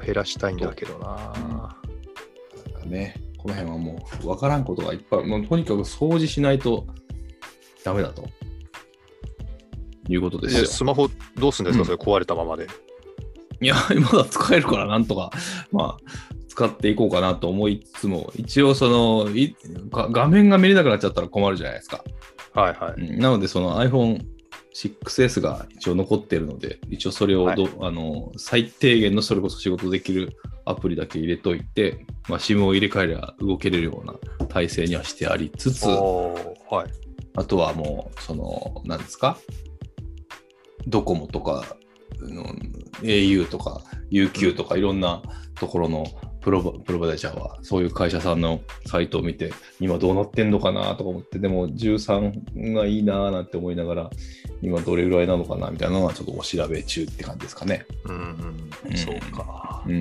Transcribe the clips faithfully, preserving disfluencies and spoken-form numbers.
減らしたいんだけどな。 なんかね、この辺はもう分からんことがいっぱい、もうとにかく掃除しないとダメだということですよ。 スマホどうするんですか、うん、それ壊れたままで。 いや、まだ使えるからなんとか、まあ、使っていこうかなと思いつつも、一応そのい画面が見れなくなっちゃったら困るじゃないですか。 はいはい。 うん、なので、その アイフォンシックスエス が一応残っているので、一応それをど、はい、あの最低限のそれこそ仕事できるアプリだけ入れといて、まあ、SIM を入れ替えれば動けれるような体制にはしてありつつ、 はい、 あとはもう、その、何ですか、ドコモとかの エーユー とか ユーキュー とかいろんなところのプロバ、プロバイダーはそういう会社さんのサイトを見て今どうなってんのかなとか思って、でもじゅうさんがいいななんて思いながら今どれぐらいなのかなみたいなのはちょっとお調べ中って感じですかね。 うん、うん、そうか。 うん。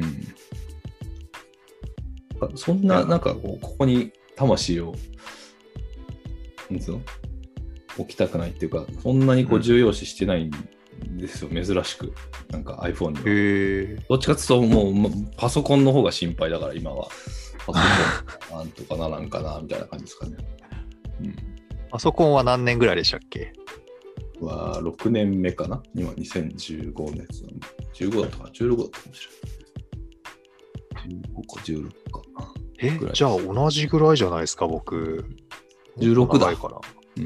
そんななんかこうここに魂をなんつうの置きたくないっていうか、そんなにこう重要視してないんですよ、うん、珍しく。なんか iPhone には。 へどっちかっていうともうパソコンの方が心配だから今は。パソコンなんとかならんかなみたいな感じですかね。うん、 パソコンは何年ぐらいでしたっけ？ はろくねんめかな。今にせんじゅうごねんじゅうごだったかな、じゅうろくだったかもしれない。じゅうごかじゅうろくか。 え、じゃあ同じぐらいじゃないですか、僕。 じゅうろくだ。 から。 うん。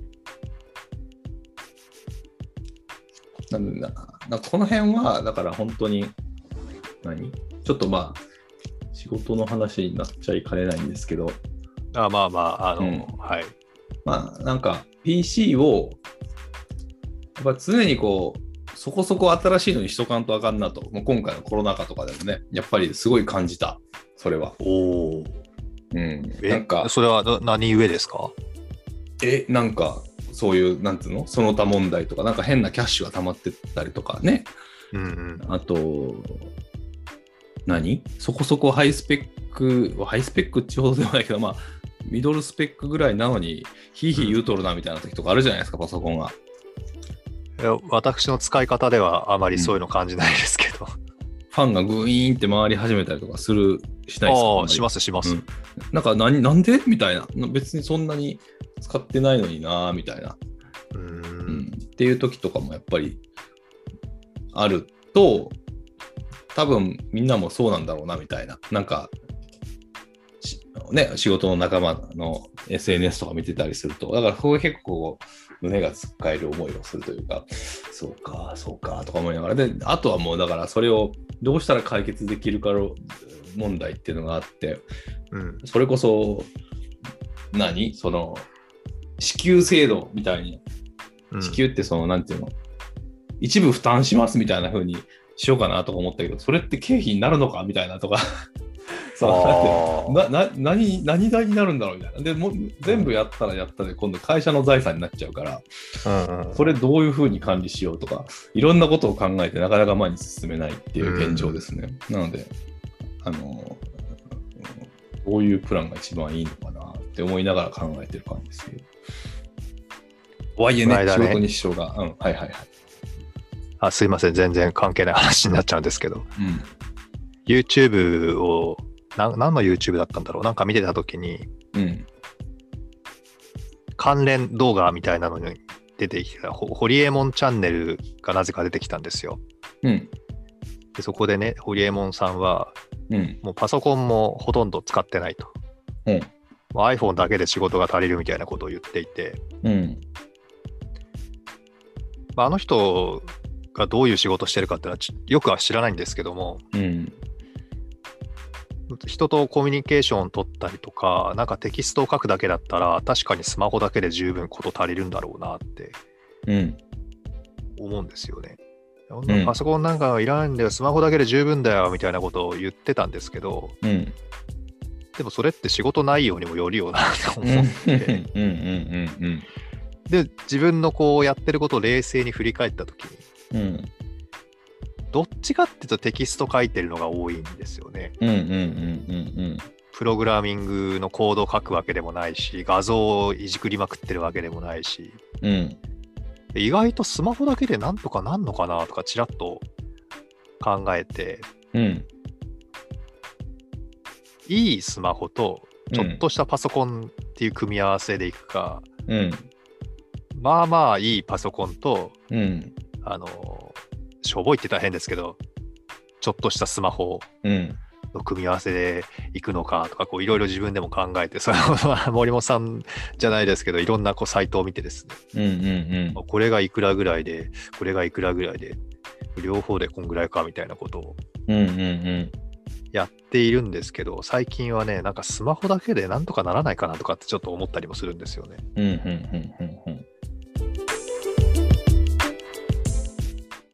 なんでな、なんかこの辺は、だから本当に、何ちょっとまあ、仕事の話になっちゃいかねないんですけど。 あまあまあ、あの、うん、はい。 まあ、なんか ピーシー を、やっぱ常にこう、そこそこ新しいのにしとかんとあかんなと、もう今回のコロナ禍とかでもね、やっぱりすごい感じた、それは。 おお。 うん。なんか、 それは何故ですか？ え、なんか、そういう、なんつうのその他問題とか、なんか変なキャッシュが溜まってったりとかね。 うんうん、 あと、何そこそこハイスペック、ハイスペックってほどではないけど、まあ、ミドルスペックぐらいなのに、ヒーヒー言うとるなみたいな時とかあるじゃないですか、うん、パソコンが。 いや、私の使い方ではあまりそういうの感じないですけど。うん、 ファンがグイーンって回り始めたりとかする、しないですか？ ああ、しますします。 うん、なんか何、なんでみたいな。別にそんなに使ってないのになみたいな。 うーん、 うん。っていう時とかもやっぱりあると、多分みんなもそうなんだろうなみたいな。なんか、ね、仕事の仲間の エスエヌエス とか見てたりすると、だからこれ結構胸がつっかえる思いをするというか、そうか、そうかとか思いながら、で、あとはもうだからそれをどうしたら解決できるか問題っていうのがあって、 うん、 それこそ、何その、支給制度みたいに、支給ってその、なんていうの、一部負担しますみたいな風にしようかなとか思ったけど、それって経費になるのかみたいなとか。そうなな何何代になるんだろうみたいな。でも全部やったらやったで今度会社の財産になっちゃうから、うんうん、それどういうふうに管理しようとかいろんなことを考えてなかなか前に進めないっていう現状ですね。うん、なのであのどういうプランが一番いいのかなって思いながら考えてる感じですけど。とはいえね、仕事に支障が、うん、はいはいはい。 あ、すいません、全然関係ない話になっちゃうんですけど、 うん、 YouTube をな何の YouTube だったんだろう、なんか見てたときに、 うん、 関連動画みたいなのに出てきたホリエモンチャンネルがなぜか出てきたんですよ。 うん、 でそこでね、ホリエモンさんは、 うん、もうパソコンもほとんど使ってないと、 うん、 もう iPhone だけで仕事が足りるみたいなことを言っていて、 うんまあ、あの人がどういう仕事してるかっていうのはよくは知らないんですけども、 うん、 人とコミュニケーションを取ったりとか、なんかテキストを書くだけだったら確かにスマホだけで十分事足りるんだろうなって思うんですよね。うん、パソコンなんかいらないんだよ、スマホだけで十分だよみたいなことを言ってたんですけど、 うん、 でもそれって仕事内容にもよるよなと思ってで自分のこうやってることを冷静に振り返ったときに、うん、どっちかっていうとテキスト書いてるのが多いんですよね。プログラミングのコードを書くわけでもないし、画像をいじくりまくってるわけでもないし、 うん、 意外とスマホだけでなんとかなんのかなとかちらっと考えて、 うん、 いいスマホとちょっとしたパソコンっていう組み合わせでいくか、 うん、 まあまあいいパソコンと、 うん、 あのしょぼいって大変ですけど、ちょっとしたスマホの組み合わせでいくのかとか、こういろいろ自分でも考えて、その森本さんじゃないですけど、いろんなこうサイトを見てですね、 うんうんうん、 これがいくらぐらいで、これがいくらぐらいで、両方でこんぐらいかみたいなことをやっているんですけど、最近はね、なんかスマホだけでなんとかならないかなとかってちょっと思ったりもするんですよね。 うんうんうんうんうん。